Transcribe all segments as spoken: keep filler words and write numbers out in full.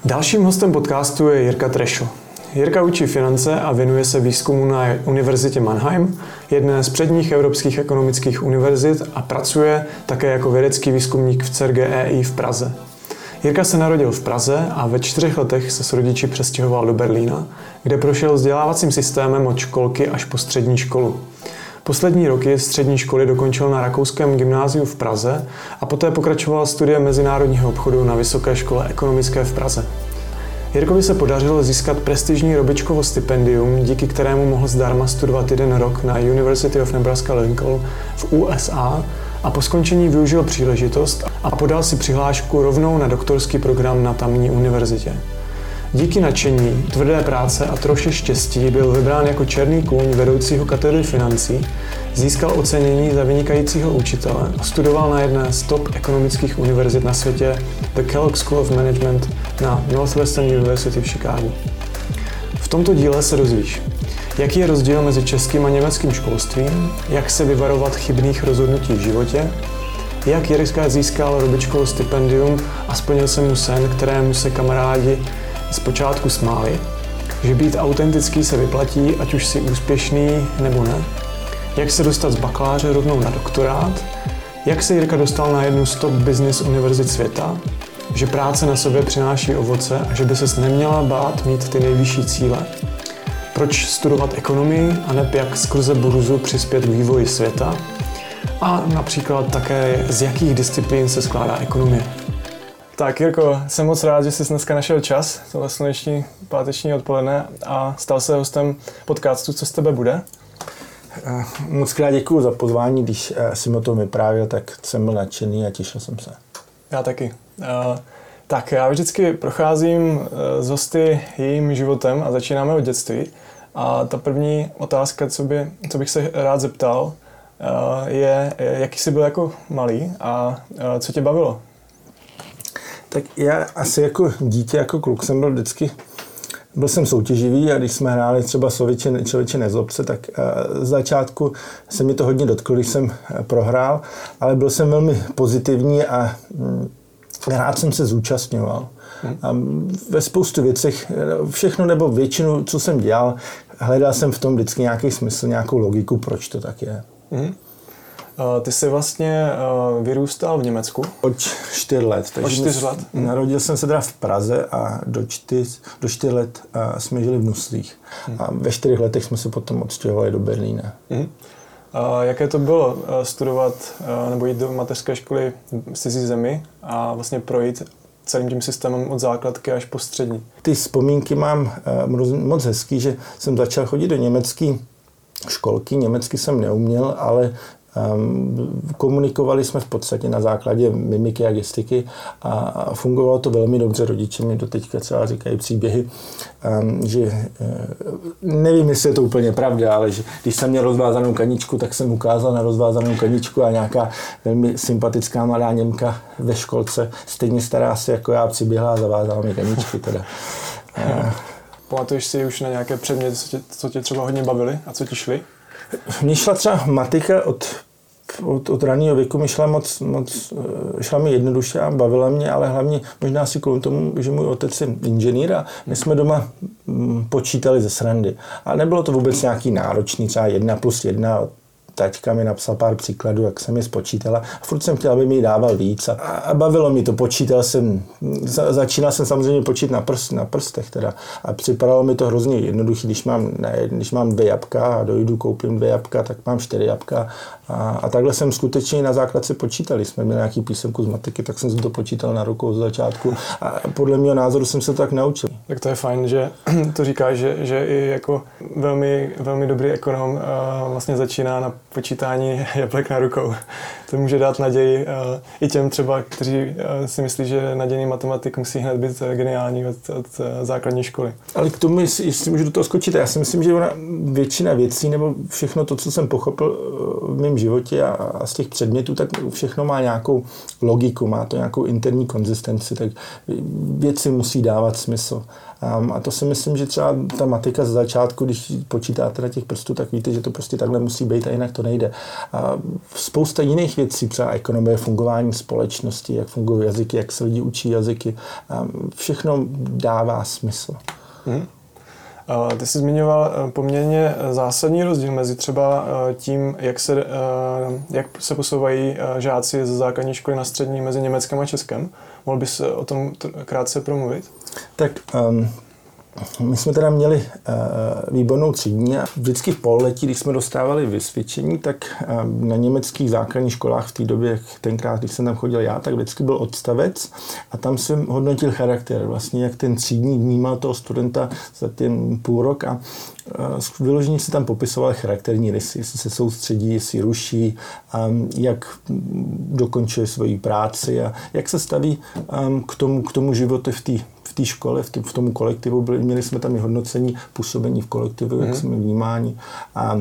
Dalším hostem podcastu je Jirka Trešl. Jirka učí finance a věnuje se výzkumu na Univerzitě Mannheim, jedné z předních evropských ekonomických univerzit, a pracuje také jako vědecký výzkumník v C E R G E I v Praze. Jirka se narodil v Praze a ve čtyřech letech se s rodiči přestěhoval do Berlína, kde prošel vzdělávacím systémem od školky až po střední školu. Poslední roky střední školy dokončil na Rakouském gymnáziu v Praze a poté pokračoval studiem mezinárodního obchodu na Vysoké škole ekonomické v Praze. Jirkovi se podařilo získat prestižní Robičkovo stipendium, díky kterému mohl zdarma studovat jeden rok na University of Nebraska-Lincoln v U S A a po skončení využil příležitost a podal si přihlášku rovnou na doktorský program na tamní univerzitě. Díky nadšení, tvrdé práce a troše štěstí byl vybrán jako černý kůň vedoucího katedry financí, získal ocenění za vynikajícího učitele a studoval na jedné z top ekonomických univerzit na světě, The Kellogg School of Management na Northwestern University v Chicagu. V tomto díle se dozvíš, jaký je rozdíl mezi českým a německým školstvím, jak se vyvarovat chybných rozhodnutí v životě, jak Jirka získal Robičkovo stipendium a splnil se mu sen, kterému se kamarádi zpočátku smáli, že být autentický se vyplatí, ať už si úspěšný nebo ne, jak se dostat z bakaláře rovnou na doktorát, jak se Jirka dostal na jednu z top business univerzit světa, že práce na sobě přináší ovoce a že by ses neměla bát mít ty nejvyšší cíle, proč studovat ekonomii a ne jak skrze burzu přispět k vývoji světa a například také z jakých disciplín se skládá ekonomie. Tak Jirko, jsem moc rád, že jsi dneska našel čas, tohle sluneční páteční odpoledne, a stal se hostem podcastu Co z tebe bude. Moc krát děkuju za pozvání, když jsi mi o tom vyprávěl, tak jsem byl nadšený a těšil jsem se. Já taky. Tak já vždycky procházím s hosty jejím životem a začínáme od dětství. A ta první otázka, co, by, co bych se rád zeptal, je, jaký jsi byl jako malý a co tě bavilo? Tak já asi jako dítě, jako kluk jsem byl vždycky, byl jsem soutěživý, a když jsme hráli třeba Člověče, člověče nezlobce, tak z začátku se mi to hodně dotklo, když jsem prohrál, ale byl jsem velmi pozitivní a rád jsem se zúčastňoval. A ve spoustu věcech, všechno nebo většinu, co jsem dělal, hledal jsem v tom vždycky nějaký smysl, nějakou logiku, proč to tak je. Mm. Ty jsi vlastně vyrůstal v Německu? Od čtyř let. Od čtyř let? Narodil jsem se teda v Praze a do čtyř, do čtyř let jsme žili v Nuslích. Hmm. A ve čtyřech letech jsme se potom odstěhovali do Berlína. Hmm. A jaké to bylo studovat nebo jít do mateřské školy v cizí zemi a vlastně projít celým tím systémem od základky až po střední? Ty vzpomínky mám moc hezký, že jsem začal chodit do německé školky. Německy jsem neuměl, ale Um, komunikovali jsme v podstatě na základě mimiky a gestiky a fungovalo to velmi dobře. Rodiče mi doteďka třeba říkají příběhy, um, že uh, nevím, jestli je to úplně pravda, ale že když jsem měl rozvázanou kaničku, tak jsem ukázal na rozvázanou kaničku a nějaká velmi sympatická mladá Němka ve školce, stejně stará asi jako já, přiběhla a zavázala mi kaničky. Teda. Uh, Pamatuješ si už na nějaké předměty, co tě, co tě třeba hodně bavily a co ti šly? Mně šla třeba matika od, od, od raného věku, mi šla moc, moc, šla mi jednoduše a bavila mě, ale hlavně možná si kvůli tomu, že můj otec je inženýr a my jsme doma počítali ze srandy. A nebylo to vůbec nějaký náročný, třeba jedna plus jedna. Taťka mi napsal pár příkladů, jak jsem je spočítala. A furt jsem chtěl, aby mi ji dával víc. A, a bavilo mi to, počítal jsem, za, začínal jsem samozřejmě počít na, prst, na prstech teda. A připadalo mi to hrozně jednoduché, když mám, ne, když mám dvě jabka a dojdu, koupím dvě jabka, tak mám čtyři jabka. A, a takhle jsem skutečně na základce počítali. Jsme měli nějaký písemku z matiky, tak jsem si to počítal na rukou z začátku. A podle mého názoru jsem se to tak naučil. Tak to je fajn, že to říkáš, že, že i jako velmi, velmi dobrý ekonom vlastně začíná na počítání jablek na rukou. To může dát naději uh, i těm třeba, kteří uh, si myslí, že nadějný matematik musí hned být geniální od, od uh, základní školy. Ale k tomu, jestli, jestli můžu do toho skočit, já si myslím, že ona většina věcí, nebo všechno to, co jsem pochopil v mém životě a, a z těch předmětů, tak všechno má nějakou logiku, má to nějakou interní konzistenci, tak věci musí dávat smysl. Um, a to si myslím, že třeba ta matika z začátku, když počítáte na těch prstů, tak víte, že to prostě takhle musí být a jinak to nejde. A spousta jiných věcí, třeba ekonomie, fungování společnosti, jak fungují jazyky, jak se lidi učí jazyky, um, všechno dává smysl. Hmm. Ty jsi zmiňoval poměrně zásadní rozdíl mezi třeba tím, jak se, jak se posouvají žáci ze základní školy na střední mezi Německem a Českem. Mohl bys o tom krátce promluvit? Tak um, my jsme teda měli uh, výbornou třídní a vždycky v pololetí, když jsme dostávali vysvědčení, tak um, na německých základních školách v té době, tenkrát, když jsem tam chodil já, tak vždycky byl odstavec a tam jsem hodnotil charakter, vlastně jak ten třídní vnímal toho studenta za ten půl rok a uh, vyloženě si tam popisoval charakterní rysy, jestli se soustředí, jestli ruší, um, jak dokončuje svoji práci a jak se staví um, k tomu, k tomu životu v té v té škole, v, t- v tomu kolektivu, byli, měli jsme tam i hodnocení působení v kolektivu, jak mm. jsme vnímáni. A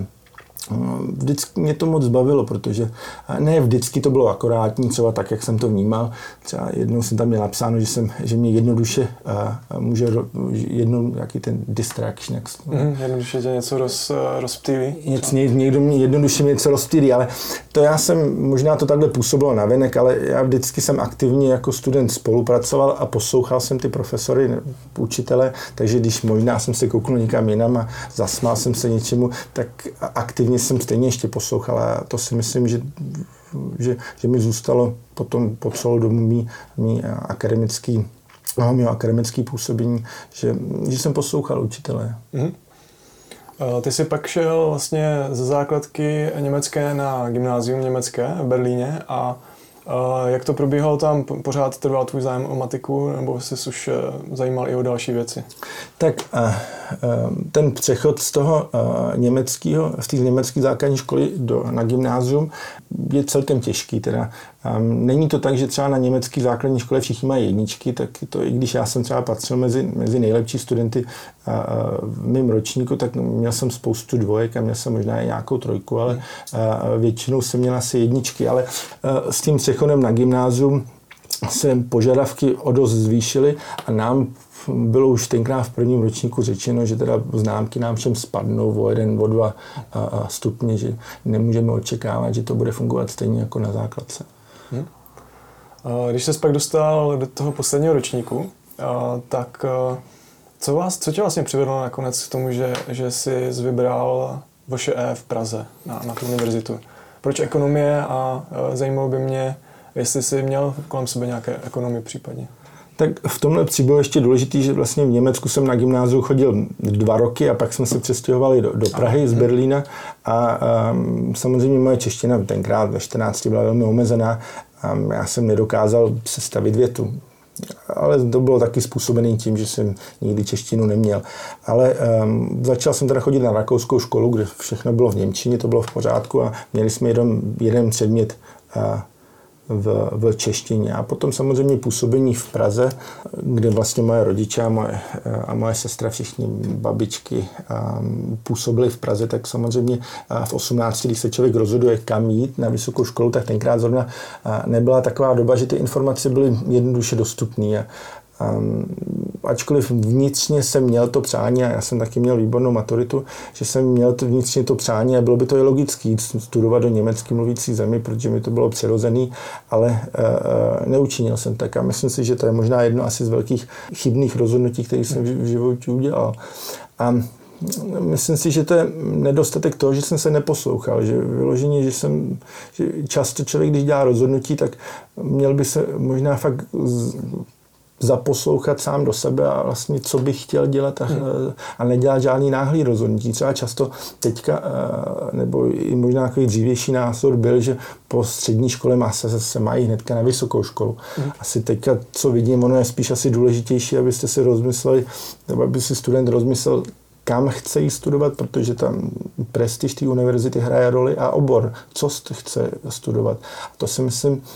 vždycky mě to moc bavilo, protože ne vždycky to bylo akorátní, třeba tak, jak jsem to vnímal. Třeba jednou jsem tam měl napsáno, že, jsem, že mě jednoduše uh, může jednou, jaký ten distraction. Jak mm, jednoduše tě něco roz, rozptýlí. Něco, někdo mě jednoduše mě něco rozptýlí, ale to já jsem, možná to takhle působilo navenek, ale já vždycky jsem aktivně jako student spolupracoval a poslouchal jsem ty profesory, učitele, takže když možná jsem se kouknul někam jinam a zasmál jsem se něčemu, tak aktivně jsem stejně ještě poslouchal a to si myslím, že, že, že mi zůstalo potom po celou dobu mý, mý akademický, no, mý akademický působení, že, že jsem poslouchal učitele. Mm-hmm. Ty jsi pak šel vlastně ze základky německé na gymnázium německé v Berlíně a jak to probíhalo tam? Pořád trval tvůj zájem o matiku nebo jsi už zajímal i o další věci? Tak ten přechod z toho německého, z té německé základní školy do, na gymnázium je celkem těžký. Teda. Není to tak, že třeba na německé základní škole všichni mají jedničky, tak to, i když já jsem třeba patřil mezi, mezi nejlepší studenty v mém ročníku, tak měl jsem spoustu dvojek a měl jsem možná i nějakou trojku, ale většinou jsem měl asi jedničky, ale s tím přechodem na gymnázium se požadavky o dost zvýšily a nám bylo už tenkrát v prvním ročníku řečeno, že teda známky nám všem spadnou o jeden, o dva stupně, že nemůžeme očekávat, že to bude fungovat stejně jako na základce. Hmm. Když ses pak dostal do toho posledního ročníku, tak co, vás, co tě vlastně přivedlo nakonec k tomu, že, že jsi vybral V Š E v Praze na, na tu univerzitu? Proč ekonomie a zajímalo by mě, jestli jsi měl kolem sebe nějaké ekonomie případně? Tak v tomhle příběhu ještě důležitý, že vlastně v Německu jsem na gymnáziu chodil dva roky a pak jsme se přestěhovali do, do Prahy z Berlína a, a samozřejmě moje čeština tenkrát ve čtrnácti byla velmi omezená a já jsem nedokázal sestavit větu. Ale to bylo taky způsobené tím, že jsem nikdy češtinu neměl. Ale um, začal jsem teda chodit na rakouskou školu, kde všechno bylo v němčině, to bylo v pořádku a měli jsme jeden, jeden předmět uh, v, v češtině. A potom samozřejmě působení v Praze, kde vlastně moje rodiče a moje, a moje sestra, všichni babičky um, působili v Praze, tak samozřejmě v osmnácti, když se člověk rozhoduje, kam jít na vysokou školu, tak tenkrát zrovna nebyla taková doba, že ty informace byly jednoduše dostupné. Um, ačkoliv vnitřně jsem měl to přání, a já jsem taky měl výbornou maturitu, že jsem měl to vnitřně to přání a bylo by to i logický studovat do německy mluvící zemi, protože mi to bylo přirozený, ale uh, neučinil jsem tak a myslím si, že to je možná jedno asi z velkých chybných rozhodnutí, které jsem v životě udělal. A myslím si, že to je nedostatek toho, že jsem se neposlouchal, že vyloženě, že jsem, že často člověk, když dělá rozhodnutí, tak měl by se možná fakt z, zaposlouchat sám do sebe a vlastně, co bych chtěl dělat a, a nedělat žádný náhlý rozhodnutí. Třeba často teďka, nebo i možná takový dřívější názor byl, že po střední škole má se, se mají hnedka na vysokou školu. Hmm. Asi teďka, co vidím, ono je spíš asi důležitější, abyste si rozmysleli, nebo aby si student rozmyslel, kam chce jít studovat, protože tam prestiž té univerzity hraje roli a obor, co chce studovat. A to si myslím,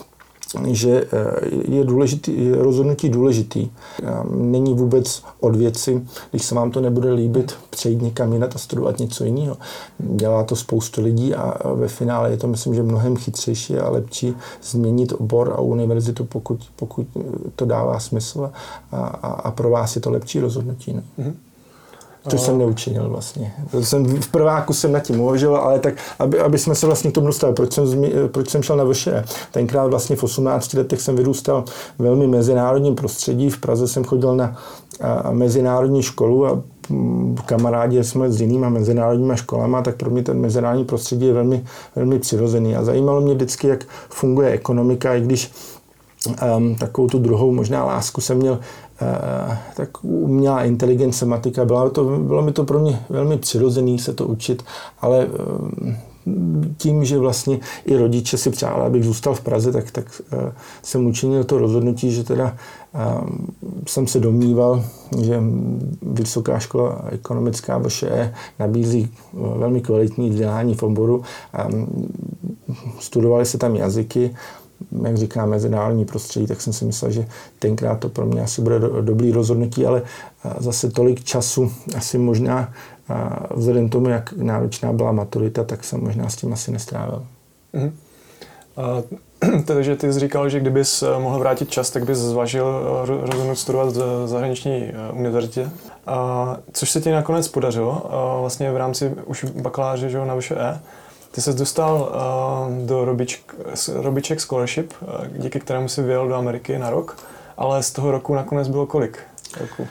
že je, důležitý, je rozhodnutí důležitý. Není vůbec od věci, když se vám to nebude líbit, přejít někam jinat a studovat něco jiného. Dělá to spoustu lidí a ve finále je to, myslím, že mnohem chytřejší a lepší změnit obor a univerzitu, pokud, pokud to dává smysl a, a, a pro vás je to lepší rozhodnutí. Ne? Mm-hmm. Což jsem neučinil vlastně. Jsem, v prváku jsem nad tím uvažoval, ale tak, aby, aby jsme se vlastně k tomu dostali. Proč jsem, proč jsem šel na V Š E? Tenkrát vlastně v osmnácti letech jsem vyrůstal v velmi mezinárodním prostředí. V Praze jsem chodil na a, mezinárodní školu a kamarádi jsme s jinýma mezinárodníma školama, tak pro mě ten mezinárodní prostředí je velmi, velmi přirozený. A zajímalo mě vždycky, jak funguje ekonomika, i když Um, takovou tu druhou možná lásku jsem měl, uh, tak umělá inteligence, matika, bylo, to, bylo mi to pro mě velmi přirozený se to učit, ale um, tím, že vlastně i rodiče si přáli, abych zůstal v Praze, tak, tak uh, jsem učinil to rozhodnutí, že teda um, jsem se domníval, že Vysoká škola ekonomická V Š E nabízí velmi kvalitní vzdělání v oboru. Um, studovali se tam jazyky, jak říkám, mezinárodní prostředí, tak jsem si myslel, že tenkrát to pro mě asi bude do, dobrý rozhodnutí, ale zase tolik času asi možná vzhledem tomu, jak náročná byla maturita, tak jsem možná s tím asi nestrávil. Mm-hmm. Uh, takže ty jsi říkal, že kdybys mohl vrátit čas, tak bys zvažil rozhodnout studovat v zahraniční univerzitě. Uh, což se ti nakonec podařilo, uh, vlastně v rámci už bakaláře, že, na V Š E. Ty jsi dostal uh, do Robiček, Robiček Scholarship, uh, díky kterému jsi vyjel do Ameriky na rok, ale z toho roku nakonec bylo kolik roku?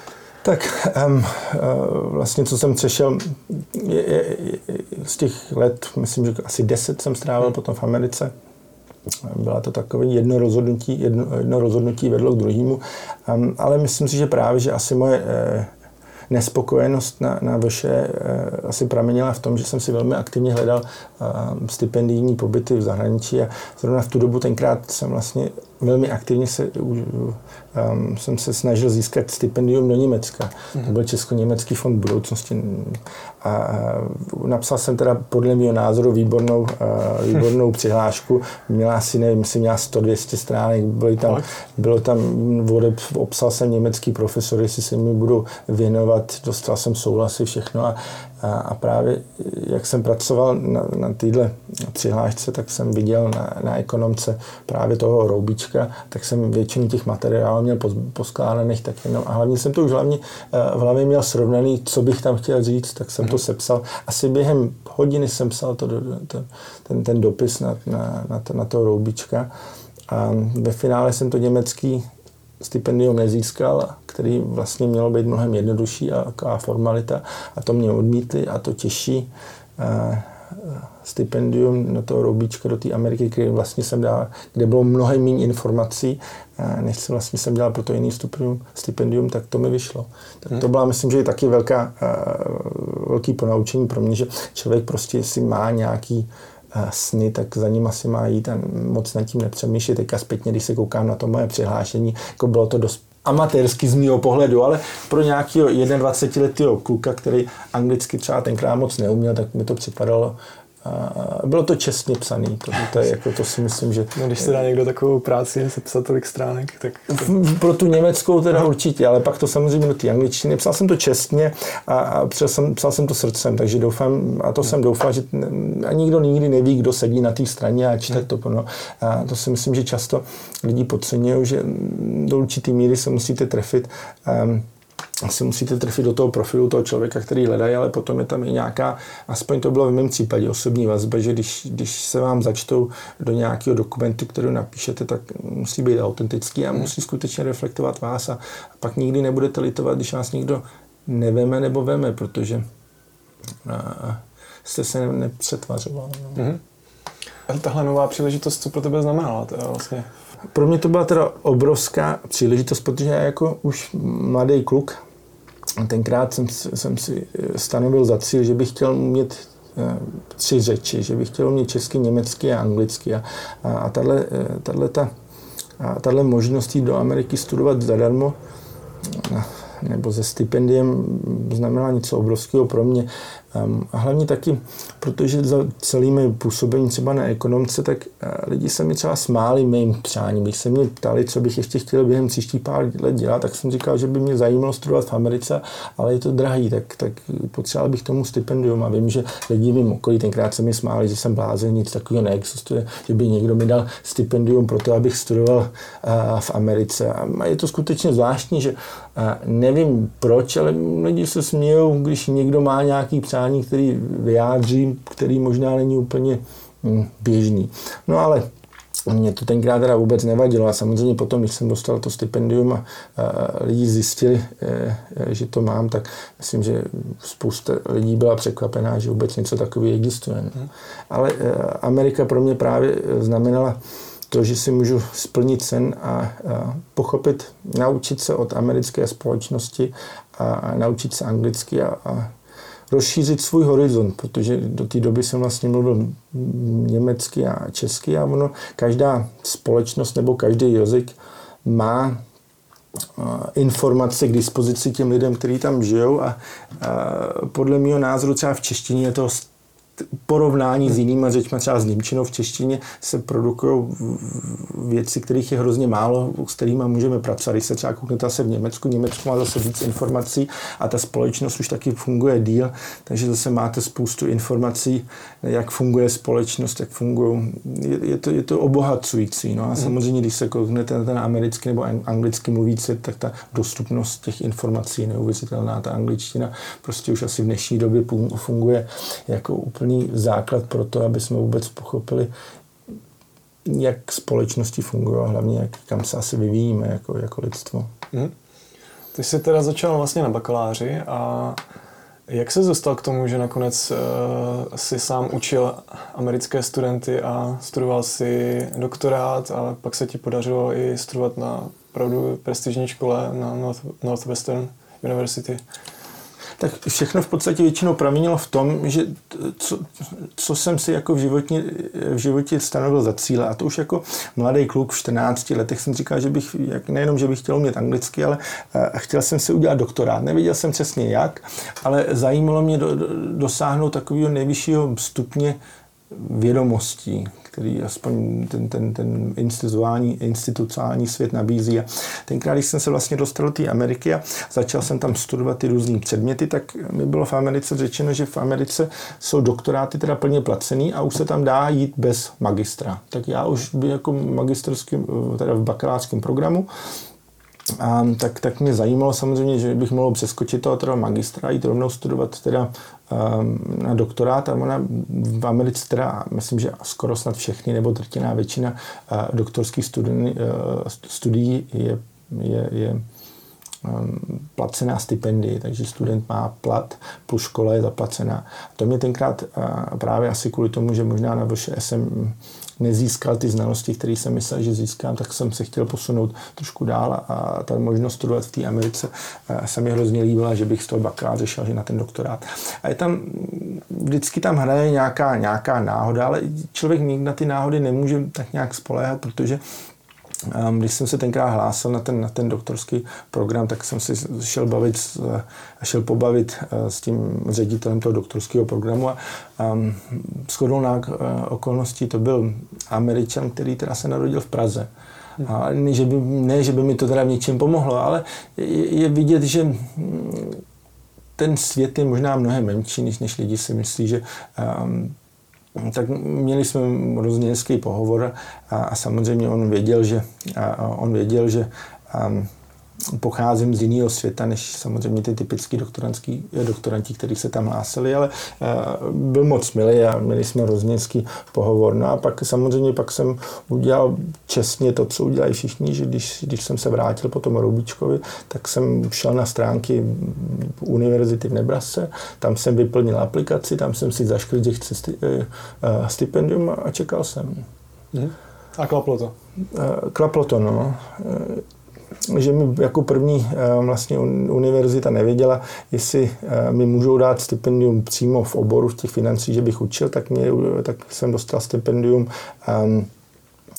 Tak um, uh, vlastně, co jsem přešel, je, je, je, z těch let, myslím, že asi deset jsem strávil hmm. potom v Americe. Byla to takové jedno rozhodnutí, jedno, jedno rozhodnutí vedlo k druhému, um, ale myslím si, že právě, že asi moje uh, nespokojenost na, na V Š E uh, asi pramenila v tom, že jsem si velmi aktivně hledal uh, stipendijní pobyty v zahraničí a zrovna v tu dobu tenkrát jsem vlastně velmi aktivně se, um, jsem se snažil získat stipendium do Německa. Mm. To byl Česko-německý fond budoucnosti. A, a napsal jsem teda podle mého názoru výbornou, uh, výbornou přihlášku. Měla asi, nevím, myslím, měla sto dvě stě stránek. Bylo tam, bylo tam obsal jsem německý profesor, jestli se mi budou věnovat. Dostal jsem souhlasy, všechno. A, a, a právě, jak jsem pracoval na, na této přihlášce, tak jsem viděl na, na ekonomce právě toho Roubíčka, tak jsem většinu těch materiálů měl poskládaných tak jenom. A hlavně jsem to už hlavně v hlavě měl srovnaný, co bych tam chtěl říct, tak jsem to sepsal. Asi během hodiny jsem psal to, to, ten, ten dopis na, na, na, to, na toho Roubíčka. A ve finále jsem to německý stipendium nezískal, který vlastně mělo být mnohem jednodušší a, a formalita. A to mě odmítli a to těší. A, stipendium na toho Roubíčka do té Ameriky, kde vlastně jsem dal, kde bylo mnohem méně informací, než jsem vlastně jsem dělal pro to jiný stipendium, stipendium, tak to mi vyšlo. Tak to byla, myslím, že je taky velká, velký ponaučení pro mě, že člověk prostě si má nějaký sny, tak za ním asi má jít a moc nad tím nepřemýšlet. Teďka zpětně, když se koukám na to moje přihlášení, jako bylo to dost amatérsky z mýho pohledu, ale pro nějakého dvacetiletého kluka, který anglicky třeba tenkrát moc neuměl, tak mi to připadalo. Uh, bylo to čestně psaný, to, to, je, jako, to si myslím, že... No, když se dá někdo takovou práci, se psat tolik stránek, tak... To... Pro tu německou teda určitě, ale pak to samozřejmě do té angličtiny. Psal jsem to čestně a, a psal, jsem, psal jsem to srdcem, takže doufám, a to jsem doufal, že a nikdo nikdy neví, kdo sedí na té straně a čte to. No. A to si myslím, že často lidi podceňují, že do určitý míry se musíte trefit. Um, asi musíte trefit do toho profilu toho člověka, který hledají, ale potom je tam i nějaká, aspoň to bylo v mém případě, osobní vazba, že když, když se vám začtou do nějakého dokumentu, který napíšete, tak musí být autentický a musí skutečně reflektovat vás a pak nikdy nebudete litovat, když vás někdo neveme nebo veme, protože a, jste se ne, nepřetvařoval. No. Mm-hmm. A tahle nová příležitost, co pro tebe znamenala? To je vlastně... Pro mě to byla teda obrovská příležitost, protože já jako už mladý kluk, tenkrát jsem, jsem si stanovil za cíl, že bych chtěl mít tři řeči, že bych chtěl mít česky, německy a anglicky. A, a tahle, tahle, ta, a tahle možnost jít do Ameriky studovat zadarmo nebo se stipendiem znamenala něco obrovského pro mě. Um, a hlavně taky, protože za celými působení třeba na ekonomce, tak uh, lidi se mi třeba smáli mým přáním. Když se mě ptali, co bych ještě chtěl během příštích pár let dělat, tak jsem říkal, že by mě zajímalo studovat v Americe, ale je to drahý, tak, tak potřeboval bych tomu stipendium. A vím, že lidi mým okolí tenkrát se mi smáli, že jsem blázen, nic takového neexistuje, že by někdo mi dal stipendium pro to, abych studoval uh, v Americe. A je to skutečně zvláštní, že uh, nevím proč, ale lidi se smějou, když někdo má nějaký přání, který vyjádří, který možná není úplně hm, běžný. No ale mě to tenkrát teda vůbec nevadilo a samozřejmě potom, když jsem dostal to stipendium a, a lidi zjistili, e, že to mám, tak myslím, že spousta lidí byla překvapená, že vůbec něco takového existuje. Hmm. Ale e, Amerika pro mě právě znamenala to, že si můžu splnit sen a, a pochopit, naučit se od americké společnosti a, a naučit se anglicky a, a rozšířit svůj horizont, protože do té doby jsem vlastně mluvil německy a česky a ono, každá společnost nebo každý jazyk má informace k dispozici těm lidem, kteří tam žijou a, a podle mého názoru třeba v češtině je to porovnání s jinýma řečma, třeba s němčinou v češtině se produkují věci, kterých je hrozně málo, s kterými můžeme pracovat. Když se třeba kouknete zase v Německu, Německo má zase víc informací a ta společnost už taky funguje díl, takže zase máte spoustu informací, jak funguje společnost, jak fungují. Je, je, to, je to obohacující. No a samozřejmě, když se kouknete na ten americký nebo anglicky mluvící, tak ta dostupnost těch informací je neuvěřitelná. Ta angličtina prostě už asi v dnešní době funguje jako úplně základ pro to, aby jsme vůbec pochopili, jak společnosti fungují a hlavně jak, kam se asi vyvíjíme jako, jako lidstvo. Hmm. Ty jsi teda začal vlastně na bakaláři a jak se dostal k tomu, že nakonec uh, si sám učil americké studenty a studoval si doktorát a pak se ti podařilo i studovat na opravdu prestižní škole na North, Northwestern University? Tak všechno v podstatě většinou pramínilo v tom, že co, co jsem si jako v životě, v životě stanovil za cíle. A to už jako mladý kluk v čtrnácti letech jsem říkal, že bych jak, nejenom, že bych chtěl umět anglicky, ale chtěl jsem si udělat doktorát. Nevěděl jsem přesně jak, ale zajímalo mě do, do, dosáhnout takového nejvyššího stupně vědomostí, který aspoň ten, ten, ten institucionální, institucionální svět nabízí. A tenkrát, když jsem se vlastně dostal do té Ameriky a začal jsem tam studovat ty různý předměty, tak mi bylo v Americe řečeno, že v Americe jsou doktoráty teda plně placený a už se tam dá jít bez magistra. Tak já už byl jako magisterským, teda v bakalářském programu, a tak, tak mě zajímalo samozřejmě, že bych mohl přeskočit toho teda magistra a jít rovnou studovat teda um, na doktorát a ona v Americe teda, myslím, že skoro snad všechny nebo drtiná většina uh, doktorských studií, uh, studií je, je, je um, placená stipendii, takže student má plat plus škola je zaplacená. To mě tenkrát uh, právě asi kvůli tomu, že možná na V Š E jsem nezískal ty znalosti, které jsem myslel, že získám, tak jsem se chtěl posunout trošku dál a ta možnost studovat v té Americe se mi hrozně líbila, že bych z toho bakaláře šel že na ten doktorát. A je tam, vždycky tam hraje nějaká, nějaká náhoda, ale člověk nikdy na ty náhody nemůže tak nějak spoléhat, protože když jsem se tenkrát hlásil na ten, na ten doktorský program, tak jsem si šel bavit, šel pobavit s tím ředitelem toho doktorského programu a um, shodou na okolností to byl Američan, který teda se narodil v Praze. A ne, že by, ne, že by mi to teda v něčem pomohlo, ale je, je vidět, že ten svět je možná mnohem menší, než, než lidi si myslí, že um, tak měli jsme hrozně hezký pohovor a, a samozřejmě on věděl, že, a on věděl, že um, pocházím z jiného světa, než samozřejmě ty typický doktorantský doktoranti, kteří se tam hlásili, ale uh, byl moc milý a měli jsme hrozně hezký pohovor. No a pak samozřejmě pak jsem udělal čestně to, co udělají všichni, že když, když jsem se vrátil po tom Roubíčkovi, tak jsem šel na stránky univerzity v Nebrasce, tam jsem vyplnil aplikaci, tam jsem si zaškryl, že chci sti, uh, stipendium a čekal jsem. A klaplo to? Uh, klaplo to, no. Uh, že mi jako první vlastně univerzita nevěděla, jestli mi můžou dát stipendium přímo v oboru v těch financích, že bych učil, tak, mě, tak jsem dostal stipendium um,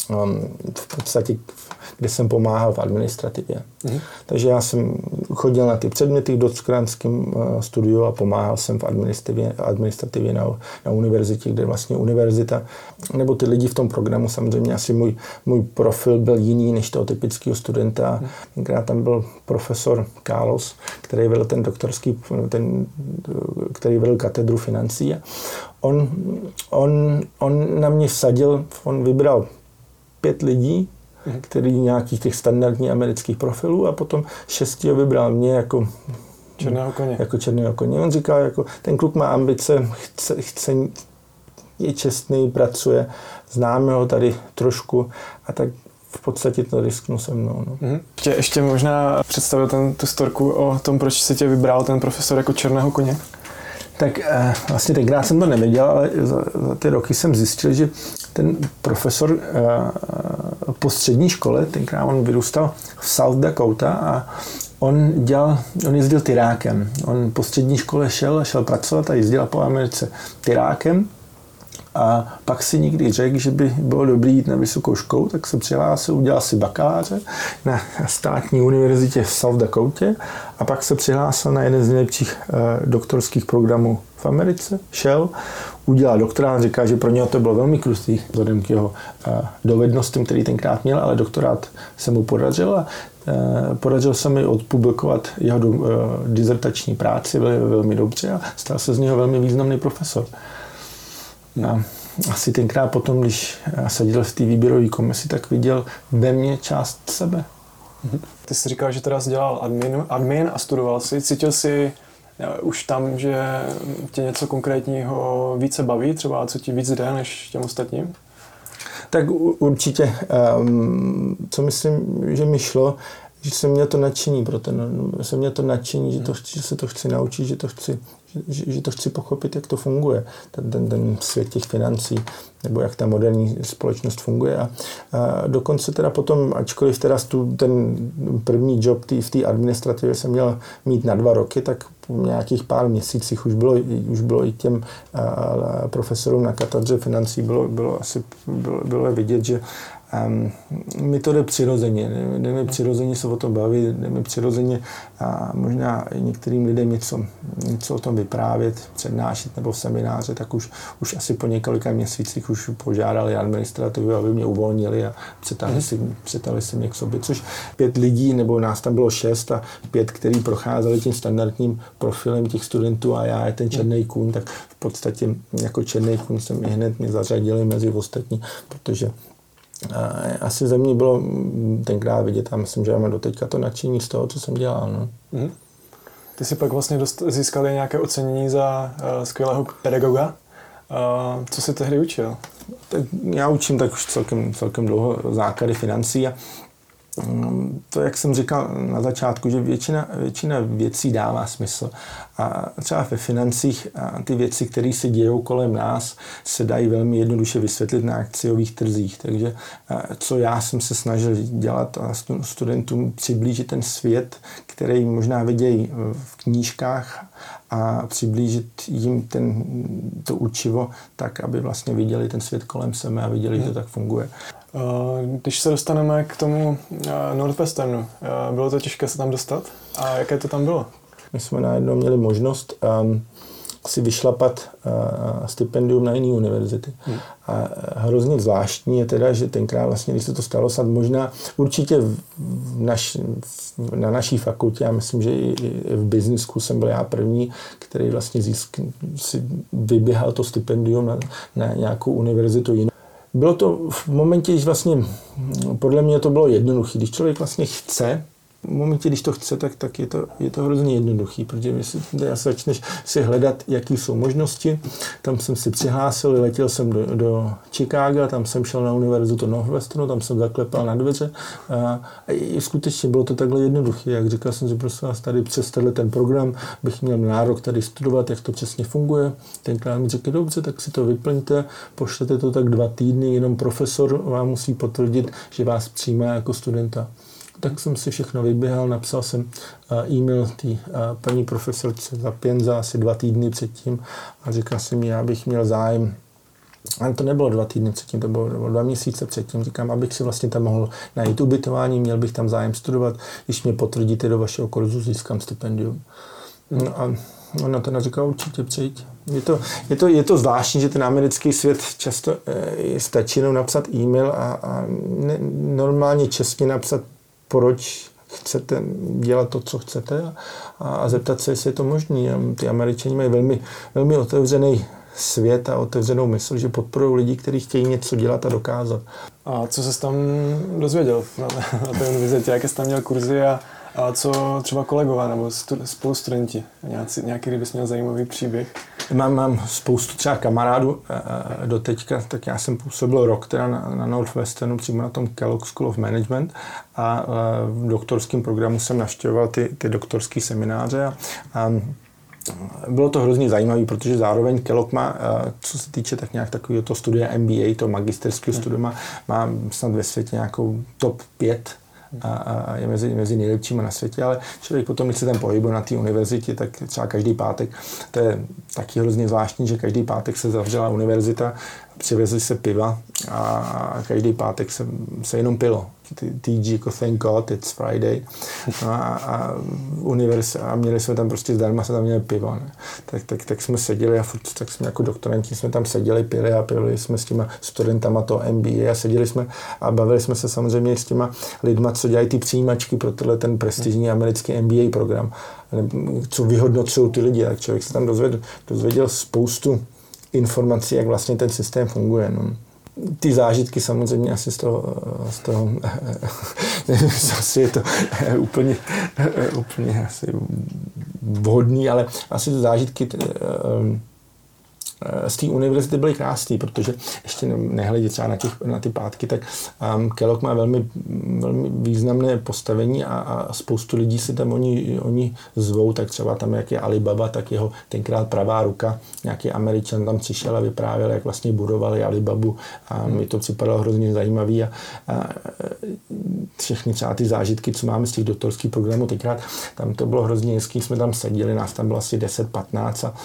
v podstatě, kde jsem pomáhal v administrativě. Mm. Takže já jsem chodil na ty předměty v doktorandském studiu a pomáhal jsem v administrativě, administrativě na, na univerzitě, kde vlastně univerzita, nebo ty lidi v tom programu, samozřejmě asi můj, můj profil byl jiný než toho typického studenta. Mm. Tenkrát tam byl profesor Carlos, který vedl ten doktorský, ten, který vedl katedru financí. On, on, on na mě vsadil, on vybral pět lidí, mm. který nějakých těch standardních amerických profilů a potom šestýho vybral mě jako černého koně. Jako černého koně. On říkal, jako ten kluk má ambice, chce, chce, je čestný, pracuje, známe ho tady trošku a tak v podstatě to risknu se mnou. No. Mm. Ještě, ještě možná představil ten, tu storku o tom, proč si tě vybral ten profesor jako černého koně? Tak eh, vlastně tenkrát jsem to nevěděl, ale za, za ty roky jsem zjistil, že ten profesor eh, po střední škole, tenkrát on vyrůstal v South Dakota a on dělal, on jezdil tyrákem. On po střední škole šel, šel pracovat a jezdil po Americe tyrákem. A pak si někdy řekl, že by bylo dobré jít na vysokou školu, tak se přihlásil, udělal si bakaláře na státní univerzitě v South Dakotě a pak se přihlásil na jeden z nejlepších uh, doktorských programů v Americe. Šel, udělal doktorát, říká, že pro něho to bylo velmi krutý vzhledem k jeho uh, dovednostem, který tenkrát měl, ale doktorát se mu podařil a uh, podařil se mi odpublikovat jeho uh, dizertační práci velmi, velmi dobře a stal se z něho velmi významný profesor. A asi tenkrát potom, když seděl v té výběrové komisi, tak viděl ve mně část sebe. Ty jsi říkal, že teda jsi dělal admin, admin a studoval si. Cítil jsi už tam, že tě něco konkrétního více baví, třeba co ti víc jde než těm ostatním? Tak určitě. Um, co myslím, že mi šlo, že jsem měl to nadšení pro ten, jsem měl to nadšení, že, to, že se to chci naučit, že to chci, že, že to chci pochopit, jak to funguje, ten, ten, ten svět těch financí, nebo jak ta moderní společnost funguje. A, a dokonce teda potom, ačkoliv teda tu, ten první job tý, v té administrativě jsem měl mít na dva roky, tak po nějakých pár měsících už bylo, už bylo i těm a, a profesorům na katedře financí bylo, bylo asi bylo, bylo vidět, že Um, mi to jde přirozeně, jde mi přirozeně se o tom bavit, jde mi přirozeně a možná některým lidem něco, něco o tom vyprávět, přednášet nebo v semináře, tak už, už asi po několika měsících už požádali administrativu, aby mě uvolnili a přetáhli mm. si, přetáhli si mě k sobě, což pět lidí, nebo nás tam bylo šest a pět, který procházeli tím standardním profilem těch studentů a já je ten černý kůň, tak v podstatě jako černý kůň jsem i hned mě zařadili mezi ostatní, protože a asi ze mě bylo tenkrát vidět a myslím, že máme doteďka to nadšení z toho, co jsem dělal. No. Mm. Ty jsi pak vlastně dost, získal nějaké ocenění za uh, skvělého pedagoga. Uh, co jsi tehdy učil? Tak já učím tak už celkem, celkem dlouho základy financí a to, jak jsem říkal na začátku, že většina, většina věcí dává smysl. A třeba ve financích ty věci, které se dějou kolem nás, se dají velmi jednoduše vysvětlit na akciových trzích. Takže co já jsem se snažil dělat a studentům přiblížit ten svět, který možná vidějí v knížkách a přiblížit jim ten, to učivo tak, aby vlastně viděli ten svět kolem sebe a viděli, hmm. že to tak funguje. Když se dostaneme k tomu Northwesternu, bylo to těžké se tam dostat? A jaké to tam bylo? My jsme najednou měli možnost um, si vyšlapat uh, stipendium na jiné univerzity. Hmm. A hrozně zvláštní je teda, že tenkrát vlastně, když se to stalo, snad možná určitě v naš, v, na naší fakultě, já myslím, že i, i v business school jsem byl já první, který vlastně získ, si vyběhal to stipendium na, na nějakou univerzitu jinou. Bylo to v momentě, když vlastně, podle mě to bylo jednoduché, když člověk vlastně chce, v momentě, když to chce, tak, tak je, to, je to hrozně jednoduchý, protože když začneš si hledat, jaký jsou možnosti. Tam jsem si přihlásil, letěl jsem do, do Chicaga, tam jsem šel na univerzitu Northwesternu, tam jsem zaklepal na dveře a, a i skutečně bylo to takhle jednoduché. Jak říkal jsem si, prosím vás, tady přes ten program bych měl nárok tady studovat, jak to přesně funguje. Tenkrát mi řekl, dobře, tak si to vyplňte, pošlete to tak dva týdny, jenom profesor vám musí potvrdit, že vás přijímá jako studenta. Tak jsem si všechno vyběhal, napsal jsem e-mail té paní profesorce za Penza asi dva týdny předtím a říkal jsem mi, já bych měl zájem Ale to nebylo dva týdny předtím, to bylo, bylo dva měsíce předtím. Říkám, abych si vlastně tam mohl najít ubytování, měl bych tam zájem studovat. Když mě potvrdíte do vašeho kurzu, získám stipendium. No a ona to říkala, určitě přijď. Je to, je, to, je to zvláštní, že ten americký svět často e, stačí jenom napsat e-mail a, a ne, normálně čestně napsat, proč chcete dělat to, co chcete a, a zeptat se, jestli je to možné. Ty Američani mají velmi, velmi otevřený svět a otevřenou mysl, že podporují lidi, kteří chtějí něco dělat a dokázat. A co ses tam dozvěděl na, na té univerzitě? Jaké jsi tam měl kurzy a, a co třeba kolegové nebo stu, spolustudenti? Nějaký, nějaký, kdybys měl zajímavý příběh? Mám, mám spoustu třeba kamarádů e, do teďka, tak já jsem působil rok teda na, na Northwesternu, přímo na tom Kellogg School of Management a e, v doktorském programu jsem navštěvoval ty, ty doktorské semináře a, a bylo to hrozně zajímavé, protože zároveň Kellogg má, co se týče tak nějak takového to studia M B A, to magisterského studia, má, má snad ve světě nějakou top pět a, a je mezi, mezi nejlepšíma na světě, ale člověk potom, když se tam pohybuje na té univerzitě, tak třeba každý pátek, to je taky hrozně zvláštní, že každý pátek se zavřela univerzita, přivezli se piva a každý pátek se, se jenom pilo. T G jako thank God, it's Friday. No a, a, univerz, a měli jsme tam prostě zdarma, se tam měli pivo. Ne? Tak, tak, tak jsme seděli a furt, tak jsme jako doktoranti jsme tam seděli, pili a pili jsme s těma studentama to M B A a seděli jsme a bavili jsme se samozřejmě s těma lidma, co dělají ty přijímačky pro tenhle ten prestižní americký M B A program. Co vyhodnocují ty lidi. Tak člověk se tam dozvěděl, dozvěděl spoustu informací, jak vlastně ten systém funguje. No. Ty zážitky samozřejmě asi z toho, z toho nevím, asi je to úplně, úplně asi vhodný, ale asi ty zážitky z té univerzity byly krásný, protože ještě nehledě třeba na, těch, na ty pátky, tak um, Kellogg má velmi, velmi významné postavení a, a spoustu lidí si tam oni, oni zvou, tak třeba tam jak je Alibaba, tak jeho tenkrát pravá ruka, nějaký Američan tam přišel a vyprávěl, jak vlastně budovali Alibabu a mi to připadalo hrozně zajímavý a, a všechny třeba ty zážitky, co máme z těch doktorských programů, tenkrát tam to bylo hrozně hezký, jsme tam seděli, nás tam bylo asi deset patnáct a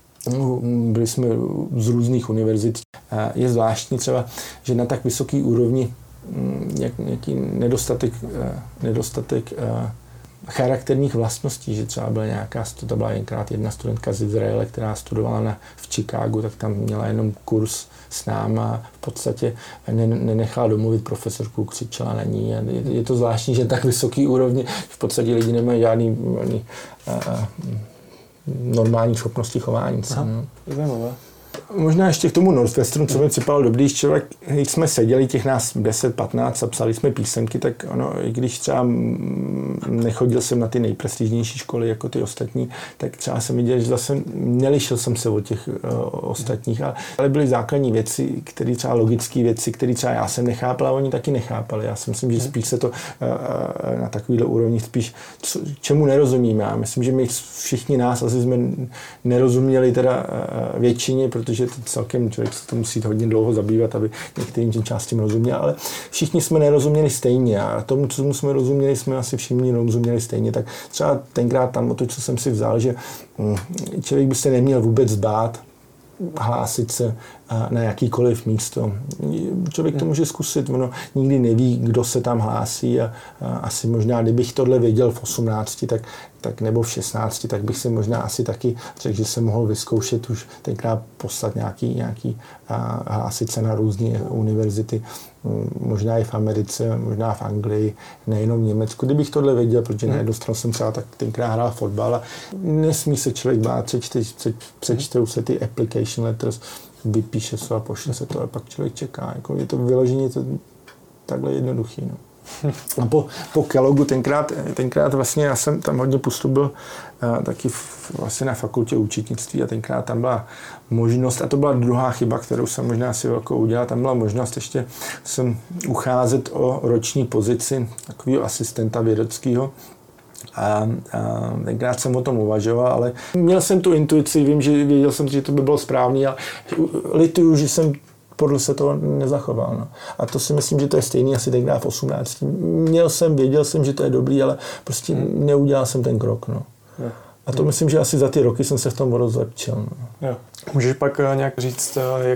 byli jsme z různých univerzit. Je zvláštní třeba, že na tak vysoký úrovni jak, nějaký nedostatek, nedostatek charakterních vlastností, že třeba byla nějaká, to byla jenkrát jedna studentka z Izraele, která studovala na, v Chicagu, tak tam měla jenom kurz s náma, v podstatě nenechala domluvit profesorku, křičela na ní. A je, je to zvláštní, že tak vysoký úrovni v podstatě lidi nemají žádný, žádný a, normální schopnosti chování. Zajímavé. Možná ještě k tomu Northwesternu, co mi připadalo dobrý, když člověk, když jsme seděli těch nás deset patnáct a psali jsme písemky, tak ono, i když třeba nechodil jsem na ty nejprestižnější školy jako ty ostatní, tak třeba jsem viděl, že zase nelišil jsem se od těch uh, ostatních, ale byly základní věci, které třeba logické věci, které třeba já jsem nechápal a oni taky nechápali. Já si myslím, že spíš se to uh, na takovýhle úrovni spíš, co, čemu nerozumíme. Já myslím, že my všichni nás asi jsme nerozuměli teda uh, většině, protože to celkem člověk se to musí hodně dlouho zabývat, aby některým těm částím rozuměl, ale všichni jsme nerozuměli stejně a tomu, co jsme rozuměli, jsme asi všichni rozuměli stejně. Tak třeba tenkrát tam o to, co jsem si vzal, že člověk by se neměl vůbec bát hlásit se na jakýkoliv místo. Člověk to může zkusit, ono nikdy neví, kdo se tam hlásí a, a asi možná, kdybych tohle věděl v osmnácti, tak, tak nebo v šestnácti, tak bych si možná asi taky řekl, že jsem mohl vyzkoušet už tenkrát poslat nějaký, nějaký a, hlásit se na různé univerzity, možná i v Americe, možná v Anglii, nejenom v Německu. Kdybych tohle věděl, protože hmm. nedostal jsem třeba tak tenkrát hrál fotbal a nesmí se člověk bát, přečte, přečte se ty application letters, vypíše se a pošle se to a pak člověk čeká. Jako je to vyloženě to takhle jednoduchý. No. A po, po Kelloggu tenkrát, tenkrát vlastně já jsem tam hodně působil uh, taky v, vlastně na fakultě účetnictví a tenkrát tam byla možnost, a to byla druhá chyba, kterou jsem možná si velkou udělal, tam byla možnost ještě jsem ucházet o roční pozici takového asistenta vědeckého. A, a tenkrát jsem o tom uvažoval, ale měl jsem tu intuici, vím, že věděl jsem, že to by bylo správný a lituju, že jsem podle se toho nezachoval. No. A to si myslím, že to je stejný asi tenkrát v osmnácti. Měl jsem, věděl jsem, že to je dobrý, ale prostě hmm. neudělal jsem ten krok. No. A to hmm. myslím, že asi za ty roky jsem se v tom rozlepčil. No. Jo. Můžeš pak nějak říct, jak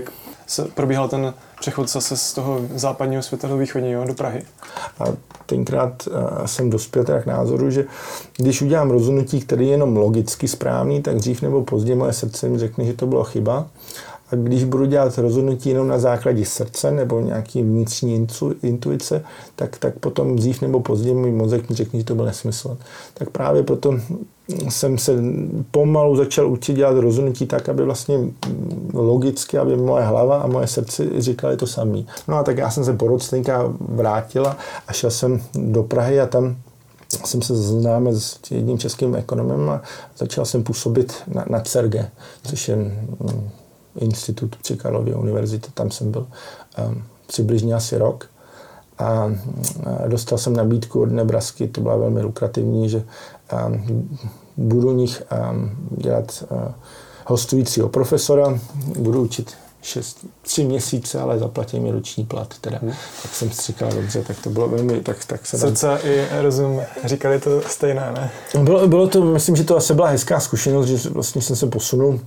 se probíhal ten přechod zase z toho západního světa do východního do Prahy. A tenkrát uh, jsem dospěl tak k názoru, že když udělám rozhodnutí, které je jenom logicky správný, tak dřív nebo později moje srdce mi řekne, že to byla chyba. A když budu dělat rozhodnutí jenom na základě srdce nebo nějaký vnitřní intuice, tak, tak potom dřív nebo později můj mozek mi řekne, že to byl nesmysl. Tak právě proto jsem se pomalu začal učit dělat rozhodnutí tak, aby vlastně logicky, aby moje hlava a moje srdce říkali to samé. No a tak já jsem se po roce vrátila a šel jsem do Prahy a tam jsem se seznámil s jedním českým ekonomem a začal jsem působit na, na C E R G, což je mm, institut při Karlově univerzitě, tam jsem byl um, přibližně asi rok a, a dostal jsem nabídku od Nebrasky, to byla velmi lukrativní, že um, budu u nich um, dělat uh, hostujícího profesora, budu učit šest, tři měsíce, ale zaplatí mi roční plat. Teda. Hmm. Tak jsem si říkal, dobře, tak to bylo velmi... Tak, tak se Srdce tam... i rozum říkali to stejné, ne? Bylo, bylo to, myslím, že to asi byla hezká zkušenost, že vlastně jsem se posunul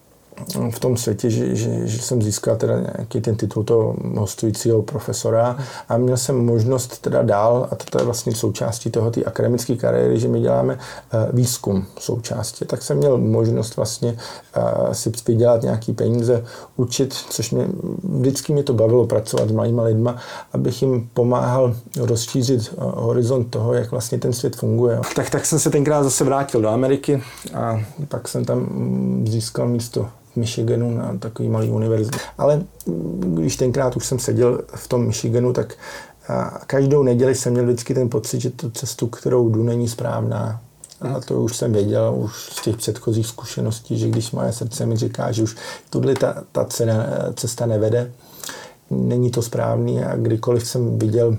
v tom světě, že, že, že jsem získal teda nějaký ten titul toho hostujícího profesora a měl jsem možnost teda dál, a to je vlastně součástí toho té akademické kariéry, že my děláme výzkum součástí. Tak jsem měl možnost vlastně si vydělat nějaký peníze, učit, což mě vždycky mě to bavilo pracovat s malýma lidma, abych jim pomáhal rozšířit horizont toho, jak vlastně ten svět funguje. Tak, tak jsem se tenkrát zase vrátil do Ameriky a pak jsem tam získal místo v Michiganu na takový malý univerzitě. Ale když tenkrát už jsem seděl v tom Michiganu, tak každou neděli jsem měl vždycky ten pocit, že tu cestu, kterou jdu, není správná. A to už jsem věděl už z těch předchozích zkušeností, že když moje srdce mi říká, že už tuhle ta, ta cesta nevede, není to správný a kdykoliv jsem viděl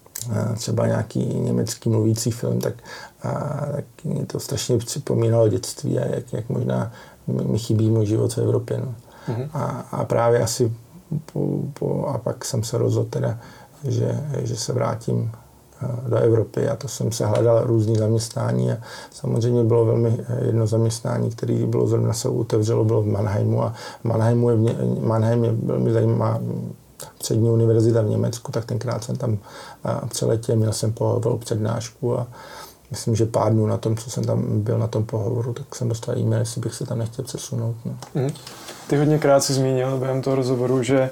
třeba nějaký německý mluvící film, tak, a, tak mě to strašně připomínalo dětství a jak, jak možná mi chybí můj život v Evropě. No. Mm-hmm. A, a právě asi po, po, a pak jsem se rozhodl teda, že, že se vrátím do Evropy a to jsem se hledal různý zaměstnání a samozřejmě bylo velmi jedno zaměstnání, které bylo zrovna se otevřelo, bylo v Mannheimu a Mannheimu je, Mannheim je velmi zajímavá přední univerzita v Německu, tak tenkrát jsem tam přeletěl, měl jsem pohovor přednášku a myslím, že pár dnů na tom, co jsem tam byl na tom pohovoru, tak jsem dostal e-mail, jestli bych se tam nechtěl přesunout. No. Mm. Ty hodněkrát si zmínil během toho rozhovoru, že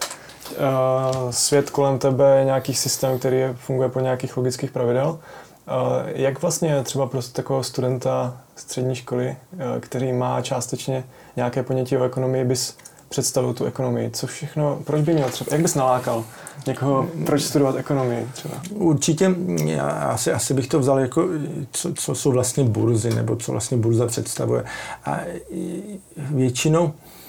uh, svět kolem tebe je nějaký systém, který funguje po nějakých logických pravidel. Uh, jak vlastně třeba pro takového studenta střední školy, uh, který má částečně nějaké ponětí o ekonomii, bys představil tu ekonomii? Co všechno, proč by měl třeba, jak bys nalákal někoho, proč studovat ekonomii třeba? Určitě, já asi, asi bych to vzal jako, co, co jsou vlastně burzy, nebo co vlastně burza představuje. A většinou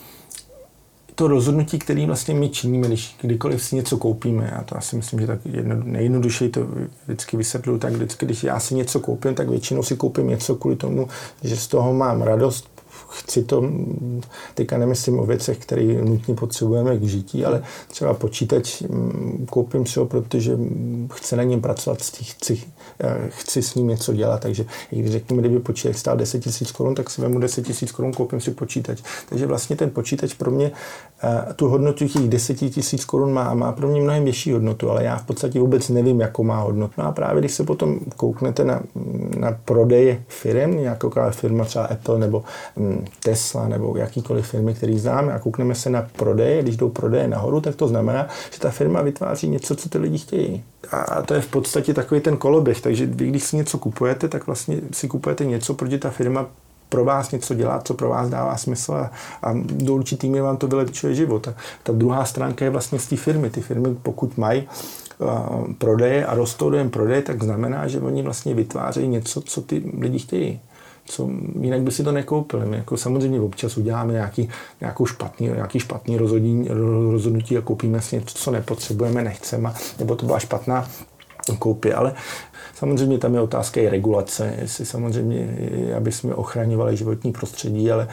to rozhodnutí, které vlastně my činíme, když kdykoliv si něco koupíme, já to asi myslím, že tak jedno, nejjednodušeji to vždycky vysvětluju, tak vždycky, když já si něco koupím, tak většinou si koupím něco kvůli tomu, že z toho mám radost, chci to, teďka nemyslím o věcech, které nutně potřebujeme k žití, ale třeba počítač koupím si ho, protože chci na něm pracovat, chci, chci s ním něco dělat, takže i když řekněme, kdyby počítač stál deset tisíc korun, tak si vemu deset tisíc korun, koupím si počítač. Takže vlastně ten počítač pro mě tu hodnotu těch deset tisíc korun má a má pro mě mnohem větší hodnotu, ale já v podstatě vůbec nevím, jakou má hodnotu. No a právě když se potom kouknete na, na prodej firem, nějaká firma třeba Apple nebo Tesla nebo jakýkoliv firmy, který známe a koukneme se na prodeje, když jdou prodeje nahoru, tak to znamená, že ta firma vytváří něco, co ty lidi chtějí. A to je v podstatě takový ten koloběh, takže vy, když si něco kupujete, tak vlastně si kupujete něco, protože ta firma pro vás něco dělá, co pro vás dává smysl a, a do určitý míry vám to vylepšuje život. A ta druhá stránka je vlastně z té firmy. Ty firmy, pokud mají uh, prodeje a rostou dojem prodeje, tak znamená, že oni vlastně vytvářejí něco, co ty lidi chtějí. Co, jinak by si to nekoupili. My jako samozřejmě občas uděláme nějaký, nějakou špatný, nějaký špatný rozhodnutí, rozhodnutí a koupíme si něco, co nepotřebujeme, nechceme, nebo to byla špatná koupě, ale samozřejmě tam je otázka i regulace, jestli samozřejmě, aby jsme ochraňovali životní prostředí, ale,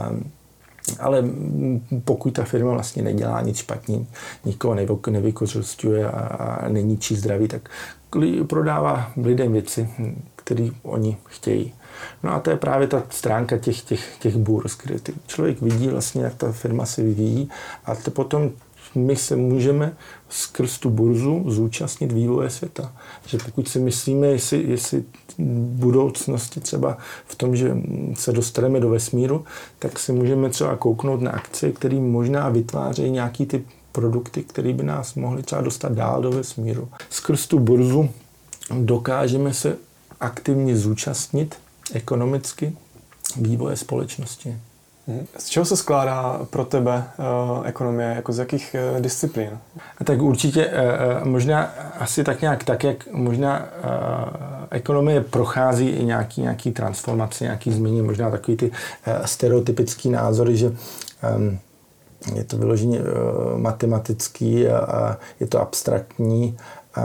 ale pokud ta firma vlastně nedělá nic špatně, nikoho nevykořisťuje a, a neníčí zdraví, tak prodává lidem věci, které oni chtějí. No a to je právě ta stránka těch, těch, těch burz, kde člověk vidí vlastně, jak ta firma se vyvíjí a to potom my se můžeme skrz tu burzu zúčastnit vývoje světa. Že pokud si myslíme, jestli, jestli budoucnosti třeba v tom, že se dostaneme do vesmíru, tak si můžeme třeba kouknout na akcie, které možná vytvářejí nějaký ty produkty, které by nás mohly třeba dostat dál do vesmíru. Skrz tu burzu dokážeme se aktivně zúčastnit ekonomicky vývoje společnosti. Z čeho se skládá pro tebe uh, ekonomie, jako z jakých uh, disciplín? Tak určitě uh, možná asi tak nějak tak, jak možná uh, ekonomie prochází i nějaký, nějaký transformace, nějaký změny, možná takový ty uh, stereotypický názory, že um, je to vyloženě uh, matematický a, a je to abstraktní.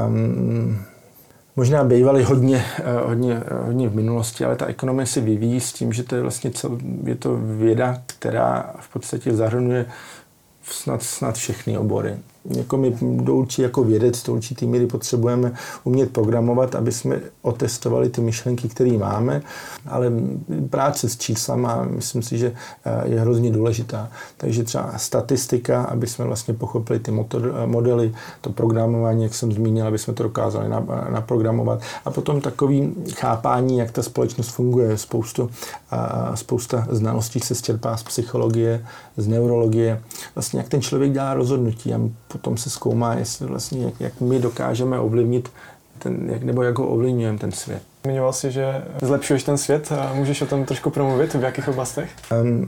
Um, Možná bývaly hodně, hodně, hodně v minulosti, ale ta ekonomie se vyvíjí s tím, že to je vlastně cel, je to věda, která v podstatě zahrnuje snad, snad všechny obory. Jako my do určitě jako vědec, do určitý míry potřebujeme umět programovat, aby jsme otestovali ty myšlenky, které máme, ale práce s číslama, myslím si, že je hrozně důležitá. Takže třeba statistika, aby jsme vlastně pochopili ty modely, to programování, jak jsem zmínil, aby jsme to dokázali naprogramovat. A potom takový chápání, jak ta společnost funguje. Spoustu, spousta znalostí se čerpá z psychologie, z neurologie. Vlastně jak ten člověk dělá rozhodnutí a potom se zkoumá, jestli vlastně, jak, jak my dokážeme ovlivnit ten, jak, nebo jak ho ovlivňujeme ten svět. Zmiňoval jsi, že zlepšuješ ten svět. Můžeš o tom trošku promluvit? V jakých oblastech? Um,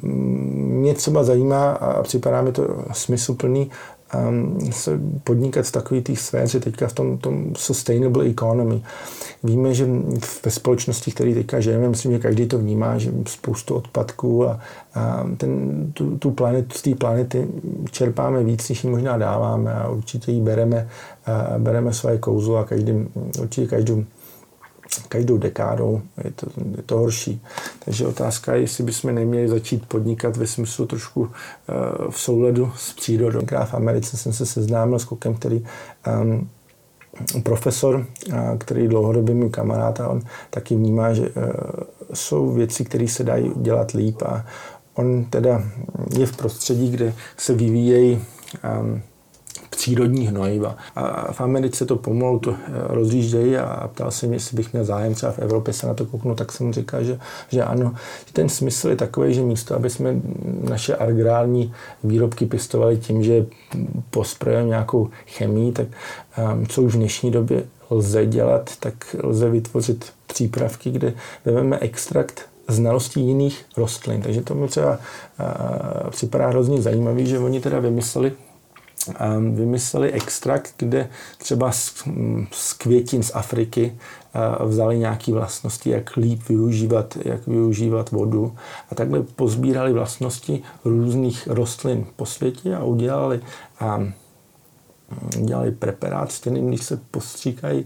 mě třeba zajímá a připadá mi to smysluplný um, se podnikat v takových těch sféře teďka v tom, tom sustainable economy. Víme, že ve společnosti, které teďka žijeme, myslím, že každý to vnímá, že spoustu odpadků a, a ten, tu, tu planetu, z té planety čerpáme víc, než ji možná dáváme a určitě ji bereme, a bereme svoje kouzlo a každým, určitě každou každou dekádou je to, je to horší. Takže otázka je, jestli bychom neměli začít podnikat ve smyslu trošku uh, v souladu s přírodou. V Americe jsem se seznámil s klukem, který um, profesor, uh, který dlouhodobě můj kamarád, a on taky vnímá, že uh, jsou věci, které se dají dělat líp a on teda je v prostředí, kde se vyvíjejí um, přírodní hnojiva. A v Americe to pomalu to rozjíždějí a ptal se mě, jestli bych měl zájem třeba v Evropě se na to kouknout, tak jsem mu říkal, že, že ano. Ten smysl je takový, že místo, aby jsme naše agrární výrobky pěstovali tím, že posprejeme nějakou chemii, tak um, co už v dnešní době lze dělat, tak lze vytvořit přípravky, kde vezmeme extrakt znalostí jiných rostlin. Takže to mi třeba uh, připadá hrozně zajímavý, že oni teda vymysleli vymysleli extrakt, kde třeba z, z květin z Afriky vzali nějaké vlastnosti, jak líp využívat, jak využívat vodu a takhle pozbírali vlastnosti různých rostlin po světě a udělali, a udělali preparát, s kterým, když se postříkají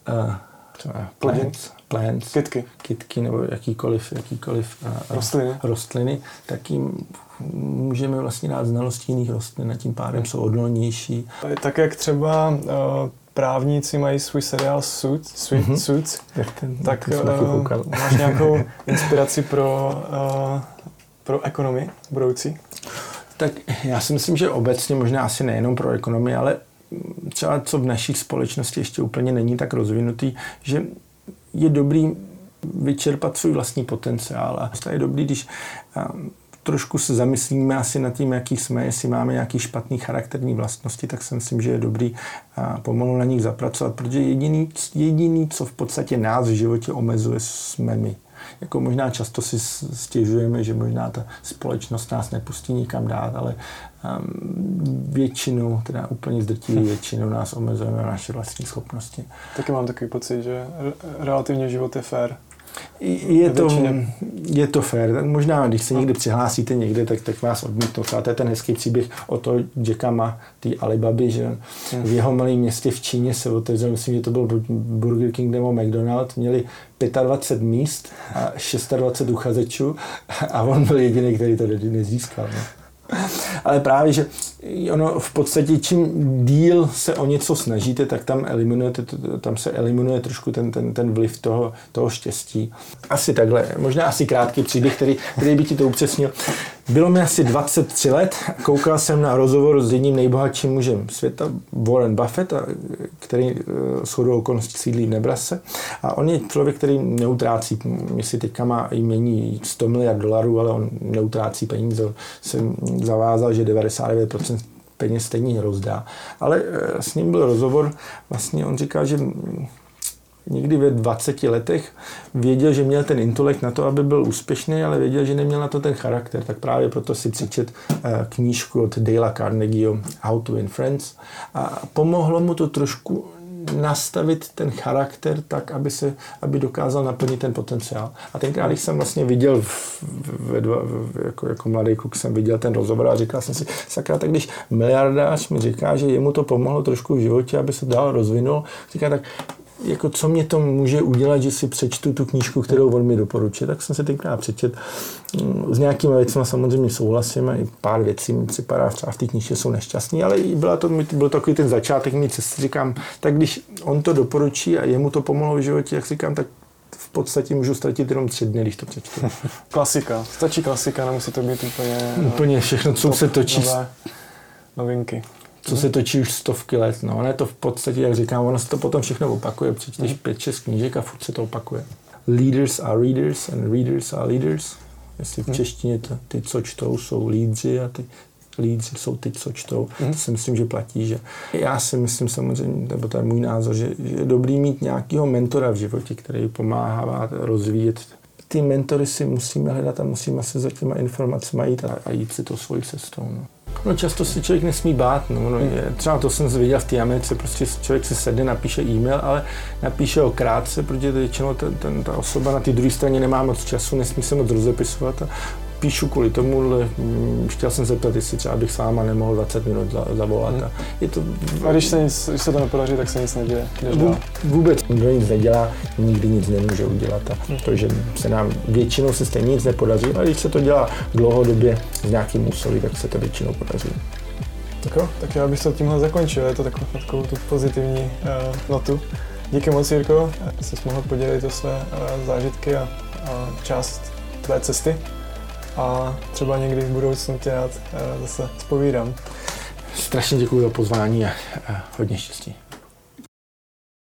plants, plants, kytky. kytky nebo jakýkoliv, jakýkoliv rostliny. rostliny, tak jim můžeme vlastně dát znalosti jiných rostlin a tím pádem jsou odolnější. Tak jak třeba uh, právníci mají svůj seriál Suits, Suits, mm-hmm. Suits ten, tak uh, máš nějakou inspiraci pro, uh, pro ekonomii budoucí? Tak já si myslím, že obecně možná asi nejenom pro ekonomii, ale třeba co v naší společnosti ještě úplně není tak rozvinutý, že je dobrý vyčerpat svůj vlastní potenciál a je dobrý, když um, trošku se zamyslíme asi nad tím, jaký jsme, jestli máme nějaký špatný charakterní vlastnosti, tak si myslím, že je dobrý a pomalu na nich zapracovat, protože jediný, jediný, co v podstatě nás v životě omezuje, jsme my. Jako možná často si stěžujeme, že možná ta společnost nás nepustí nikam dát, ale um, většinou, teda úplně zdrtivou většinou nás omezujeme naše vlastní schopnosti. Taky mám takový pocit, že relativně život je fér. Je to, je to fér. Tak možná, když se někdy přihlásíte někde, tak, tak vás odmítnou. To je ten hezký příběh o toho Jacka Ma, té Alibaby, že v jeho malém městě v Číně se otevřel, myslím, že to byl Burger King nebo McDonald's, měli dvacet pět míst a dvacet šest uchazečů a on byl jediný, který to nezískal. Ne? Ale právě, že ono v podstatě čím díl se o něco snažíte, tak tam eliminujete, tam se eliminuje trošku ten, ten, ten vliv toho, toho štěstí. Asi takhle, možná asi krátký příběh, který, který by ti to upřesnil. Bylo mi asi dvacet tři let, koukal jsem na rozhovor s jedním nejbohatším mužem světa, Warren Buffett, který shodou okolností sídlí v Nebrasce. A on je člověk, který neutrácí, jestli teďka má jmění sto miliard dolarů, ale on neutrácí peníze. On se zavázal, že devadesát devět procent peněz stejně rozdá. Ale s ním byl rozhovor, vlastně on říká, že někdy ve dvaceti letech věděl, že měl ten intelekt na to, aby byl úspěšný, ale věděl, že neměl na to ten charakter. Tak právě proto si přečet knížku od Dale'a Carnegieho How to Win Friends. A pomohlo mu to trošku nastavit ten charakter tak, aby, se, aby dokázal naplnit ten potenciál. A tenkrát, když jsem vlastně viděl, v, v, v, jako, jako mladý kluk jsem viděl ten rozhovor a říkal jsem si, sakra, tak když miliardář mi říká, že jemu to pomohlo trošku v životě, aby se dál rozvinul, říká, tak jako co mě to může udělat, že si přečtu tu knížku, kterou on mi doporučuje, tak jsem se tenkrát přečet. S nějakými věcmi samozřejmě souhlasím a i pár věcí mi připadá, třeba v té knížce jsou nešťastný, ale byla to, byl takový ten začátek mý cesty, říkám, tak když on to doporučí a jemu to pomohlo v životě, jak říkám, tak v podstatě můžu ztratit jenom tři dny, když to přečtu. Klasika, stačí klasika, nemusí to být úplně... Úplně všechno, co se točí. Novinky. Co se točí už stovky let. No, ono to v podstatě, jak říkám, ono se to potom všechno opakuje. Přečteš pět, šest knížek a furt se to opakuje. Leaders are readers and readers are leaders. Jestli v češtině to, ty, co čtou, jsou lídři a ty lídři jsou ty, co čtou. To si myslím, že platí. Že já si myslím samozřejmě, nebo to je můj názor, že, že je dobrý mít nějakého mentora v životě, který pomáhá rozvíjet. Ty mentory si musíme hledat a musíme se za těma informacemi jít a, a jít si to svojí cestou. No. No často si člověk nesmí bát, no, no je, třeba to jsem viděl v té Americe, prostě člověk si sedne, napíše e-mail, ale napíše ho krátce, protože většinou ten, ten, ta osoba na té druhé straně nemá moc času, nesmí se moc rozepisovat a píšu kvůli tomu, chtěl jsem zeptat, jestli třeba bych s váma nemohl dvacet minut zavolat. A, je to, a když, se nic, když se to nepodaří, tak se nic neděje. Vůbec nikdo nic nedělá, nikdy nic nemůže udělat. A to, že se nám většinou se stejně nic nepodaří, ale když se to dělá dlouhodobě s nějakým úsilí, tak se to většinou podaří. Tak jo, tak já bych to tímhle zakončil, je to takovou, takovou tu pozitivní uh, notu. Díky moc, Jirko, že jsi mohl podělit o své uh, zážitky a, a část tvé cesty. A třeba někdy v budoucnu tě rád uh, zase zpovídám. Strašně děkuji za pozvání a, a hodně štěstí.